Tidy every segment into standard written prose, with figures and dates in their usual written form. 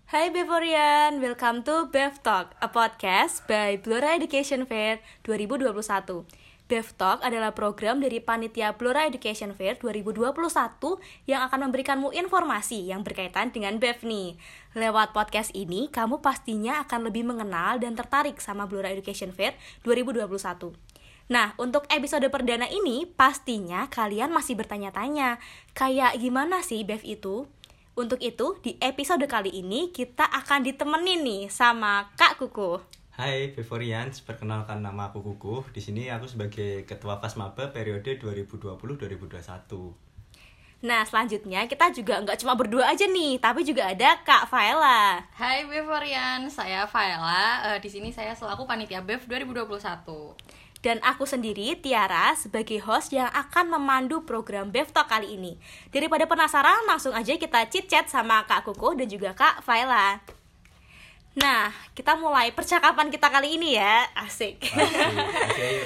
Hai Bevorian, welcome to Bev Talk, a podcast by Blora Education Fair 2021. Bev Talk adalah program dari Panitia Blora Education Fair 2021 yang akan memberikanmu informasi yang berkaitan dengan Bev nih. Lewat podcast ini, kamu pastinya akan lebih mengenal dan tertarik sama Blora Education Fair 2021. Nah, untuk episode perdana ini, pastinya kalian masih bertanya-tanya, kayak gimana sih Bev itu? Untuk itu, di episode kali ini kita akan ditemenin nih sama Kak Kuku. Hai Bevorians, perkenalkan nama aku Kuku. Di sini aku sebagai Ketua Fasmaba periode 2020-2021. Nah, selanjutnya kita juga nggak cuma berdua aja nih, tapi juga ada Kak Faela. Hai Bevorian, saya Faela. Di sini saya selaku panitia BEV 2021. Dan aku sendiri, Tiara, sebagai host yang akan memandu program Bev Talk kali ini. Daripada penasaran, langsung aja kita chit-chat sama Kak Kuku dan juga Kak Faela. Nah, kita mulai percakapan kita kali ini ya. Asik. Oke.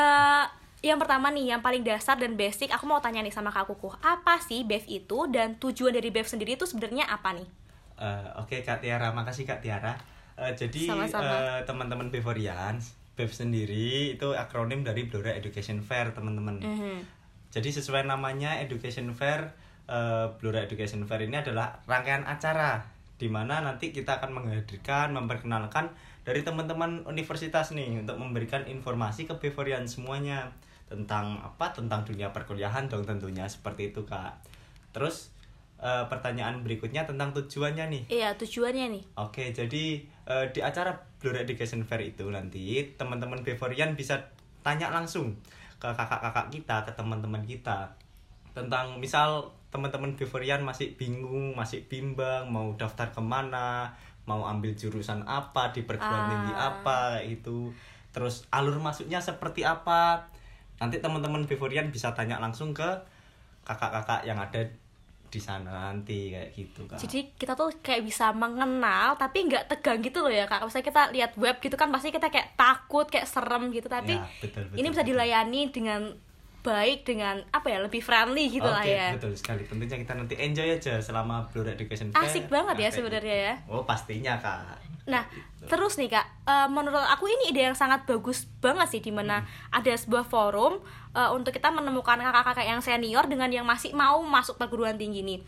Yang pertama nih, yang paling dasar dan basic, aku mau tanya nih sama Kak Kuku. Apa sih Bev itu dan tujuan dari Bev sendiri itu sebenarnya apa nih? Oke Kak Tiara, makasih Kak Tiara. Jadi teman-teman Bevorians, BEV sendiri itu akronim dari Blora Education Fair, teman-teman. Jadi sesuai namanya Education Fair, Blora Education Fair ini adalah rangkaian acara di mana nanti kita akan menghadirkan, memperkenalkan dari teman-teman universitas nih untuk memberikan informasi ke Bevorian semuanya tentang dunia perkuliahan dong tentunya, seperti itu Kak. Terus pertanyaan berikutnya tentang tujuannya nih. Iya, tujuannya nih. Oke, jadi di acara Blora Education Fair itu nanti teman-teman Bevorian bisa tanya langsung ke kakak-kakak kita, ke teman-teman kita tentang misal teman-teman Bevorian masih bingung, masih bimbang mau daftar kemana, mau ambil jurusan apa di perguruan tinggi apa itu, terus alur masuknya seperti apa. Nanti teman-teman Bevorian bisa tanya langsung ke kakak-kakak yang ada di sana nanti, kayak gitu Kak. Jadi kita tuh kayak bisa mengenal tapi nggak tegang gitu loh ya Kak. Misalnya kita lihat web gitu kan pasti kita kayak takut, kayak serem gitu. Tapi Ya, betul, ini bisa dilayani dengan baik, dengan lebih friendly gitu lah ya. Oke, betul sekali. Tentunya kita nanti enjoy aja selama Blora Education Fair. Asik banget ya sebenarnya ya. Oh, pastinya Kak. Nah, terus nih Kak, menurut aku ini ide yang sangat bagus banget sih, dimana ada sebuah forum untuk kita menemukan kakak-kakak yang senior dengan yang masih mau masuk perguruan tinggi nih.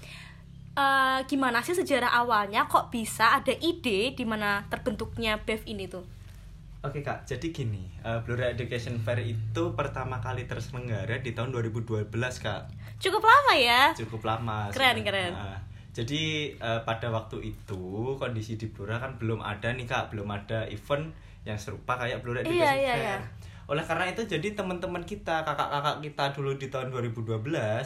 Gimana sih sejarah awalnya kok bisa ada ide dimana terbentuknya BEV ini tuh? Oke Kak, jadi gini, Blora Education Fair itu pertama kali terselenggara di tahun 2012 Kak. Cukup lama ya? Cukup lama. Keren. Jadi pada waktu itu kondisi di Blora kan belum ada nih Kak, belum ada event yang serupa kayak Blora Education Fair. Iya. Oleh karena itu jadi teman-teman kita, kakak-kakak kita dulu di tahun 2012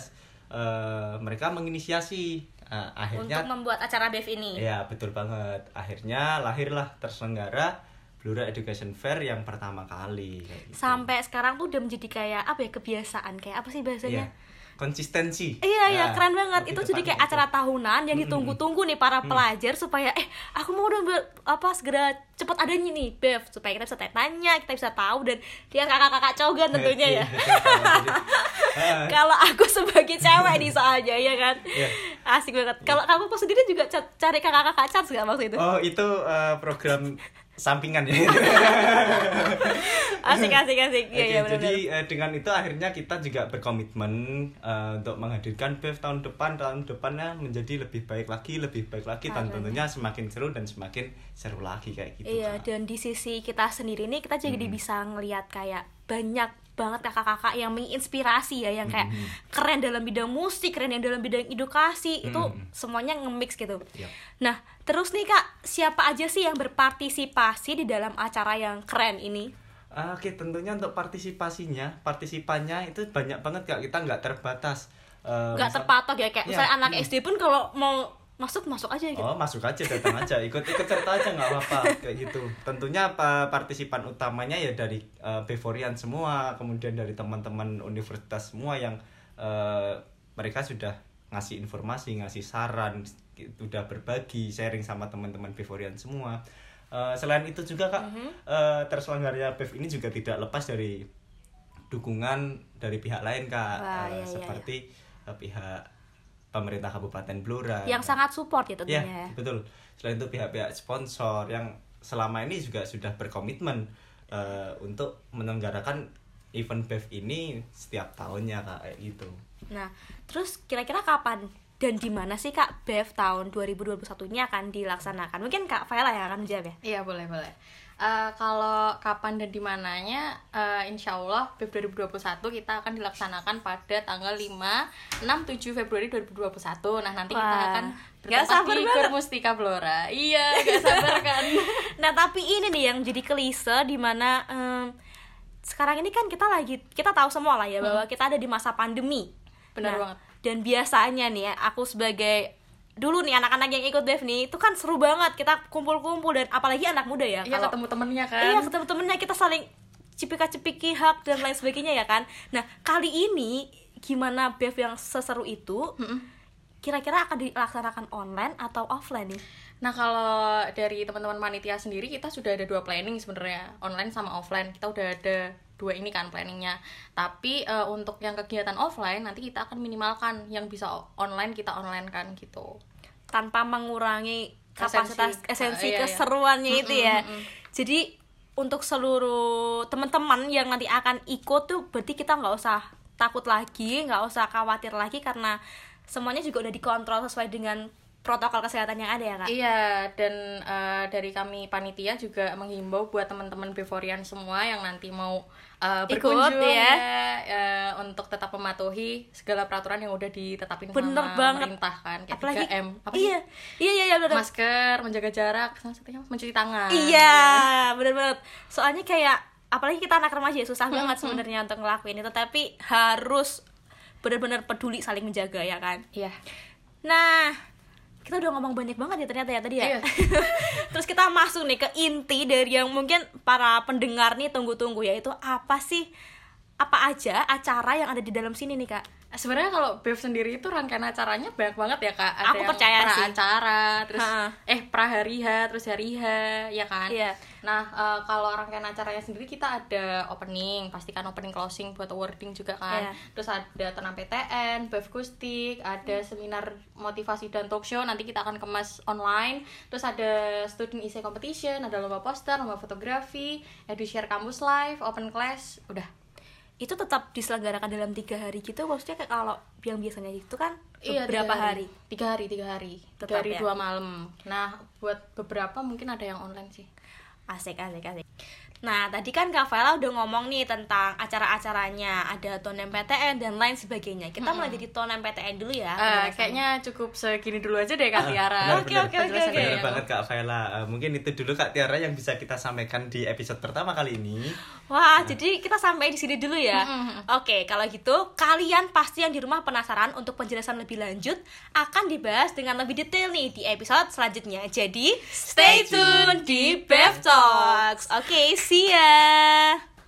mereka menginisiasi akhirnya untuk membuat acara BEV ini. Iya, betul banget. Akhirnya lahirlah terselenggara Blora Education Fair yang pertama kali kayak gitu. Sampai sekarang tuh udah menjadi kayak kebiasaan, kayak apa sih bahasanya? Iya. Konsistensi. Iya, keren banget. lebih Itu jadi kayak tepatnya acara tahunan yang ditunggu-tunggu nih para pelajar supaya aku mau dong segera cepet adanya nih BEV supaya kita bisa tanya, kita bisa tahu dan lihat kakak-kakak cogan tentunya ya. Kalau aku sebagai cewek nih soalnya ya kan. Asik banget. Kalau kamu sendiri juga cari kakak-kakak chance nggak waktu itu? Oh, itu program sampingan ya. Asik. Iya, benar. Jadi dengan itu akhirnya kita juga berkomitmen untuk menghadirkan BEV tahun depannya menjadi lebih baik lagi dan tentunya semakin seru dan semakin seru lagi kayak gitu. Iya, Kak. dan di sisi kita sendiri nih kita jadi bisa ngelihat kayak banyak banget kakak-kakak yang menginspirasi ya, yang kayak keren dalam bidang musik, keren yang dalam bidang edukasi, itu semuanya nge-mix gitu. Yep. Nah, terus nih Kak, siapa aja sih yang berpartisipasi di dalam acara yang keren ini? Oke, tentunya untuk partisipannya itu banyak banget Kak, kita nggak terbatas. Nggak terpatok ya, kayak misalnya anak SD pun kalau mau masuk aja gitu. Oh, masuk aja, datang aja, ikut serta aja nggak apa-apa kayak gitu. Tentunya partisipan utamanya ya dari Bevorian semua, kemudian dari teman-teman universitas semua yang mereka sudah ngasih informasi, ngasih saran, sudah berbagi, sharing sama teman-teman Bevorian semua. Selain itu juga Kak, terselenggaranya BEV ini juga tidak lepas dari dukungan dari pihak lain Kak. Wah, iya. Seperti pihak pemerintah Kabupaten Blora yang sangat support ya tentunya. Ya, betul. Selain itu pihak-pihak sponsor yang selama ini juga sudah berkomitmen untuk menyelenggarakan event BEF ini setiap tahunnya Kak, kayak gitu. Nah, terus kira-kira kapan dan di mana sih Kak BEF tahun 2021 ini akan dilaksanakan? Mungkin Kak Faela yang akan menjawab ya? Iya, boleh. Kalau kapan dan di mananya, insya Allah BEF 2021 kita akan dilaksanakan pada tanggal 5, 6, 7 Februari 2021. Nah, nanti kita akan bertempat di Gor Mustika Blora. Iya, gak sabar kan. Nah, tapi ini nih yang jadi klise di mana sekarang ini kan kita tahu semua lah ya bahwa kita ada di masa pandemi. Benar banget. Dan biasanya nih ya, aku sebagai dulu nih anak-anak yang ikut BEF nih itu kan seru banget, kita kumpul-kumpul dan apalagi anak muda ya. Iya, ketemu temennya kan. Iya, ketemu temennya, kita saling cipika-cipiki hak dan lain sebagainya ya kan. Nah, kali ini gimana BEF yang seseru itu? Kira-kira akan dilaksanakan online atau offline nih? Nah, kalau dari teman-teman panitia sendiri kita sudah ada 2 planning sebenarnya, online sama offline. Kita udah ada 2 ini kan planningnya. Tapi untuk yang kegiatan offline nanti kita akan minimalkan, yang bisa online kita online kan gitu. Tanpa mengurangi kapasitas esensi iya. keseruannya itu ya. Jadi untuk seluruh teman-teman yang nanti akan ikut tuh berarti kita nggak usah takut lagi, nggak usah khawatir lagi karena semuanya juga udah dikontrol sesuai dengan protokol kesehatan yang ada ya Kak? Iya, dan dari kami panitia juga menghimbau buat teman-teman Bevorian semua yang nanti mau berkunjung ya, untuk tetap mematuhi segala peraturan yang udah ditetapin sama pemerintah kan, kayak apalagi 3M. Iya benar. Masker, menjaga jarak, sama satunya mencuci tangan. Iya, benar banget. Soalnya kayak apalagi kita anak remaja susah banget sebenarnya untuk ngelakuin itu, tapi harus benar-benar peduli saling menjaga ya kan? Iya. Nah, kita udah ngomong banyak banget ya ternyata ya tadi ya. Iya. Terus kita masuk nih ke inti dari yang mungkin para pendengar nih tunggu-tunggu, yaitu apa aja acara yang ada di dalam sini nih Kak? Sebenarnya kalau BEF sendiri itu rangkaian acaranya banyak banget ya Kak. Ada aku percaya pra sih. acara, terus pra hari H, terus hari H, ya kan. Iya. Nah, kalau rangkaian acaranya sendiri kita ada opening, pastikan opening closing buat awarding juga kan. Iya. Terus ada tenang PTN, BEF Kustik, ada seminar motivasi dan talk show, nanti kita akan kemas online. Terus ada student essay competition, ada lomba poster, lomba fotografi, EduShare Campus Live, open class, udah. Itu tetap diselenggarakan dalam 3 hari gitu, maksudnya kayak kalau yang biasanya itu kan berapa hari? 3 hari. Tetap 3 hari ya? 2 malam. Nah, buat beberapa mungkin ada yang online sih. Asik. Nah, tadi kan Kak Faela udah ngomong nih tentang acara-acaranya, ada tonem PTN dan lain sebagainya. Kita mulai dari tonem PTN dulu ya. Kayaknya cukup segini dulu aja deh Kak Tiara. Oke. Benar banget Kak Faela. Mungkin itu dulu Kak Tiara yang bisa kita sampaikan di episode pertama kali ini. Wah, jadi kita sampai di sini dulu ya. Oke, kalau gitu kalian pasti yang di rumah penasaran untuk penjelasan lebih lanjut akan dibahas dengan lebih detail nih di episode selanjutnya. Jadi, stay tune di BEF Talks. Oke, see ya.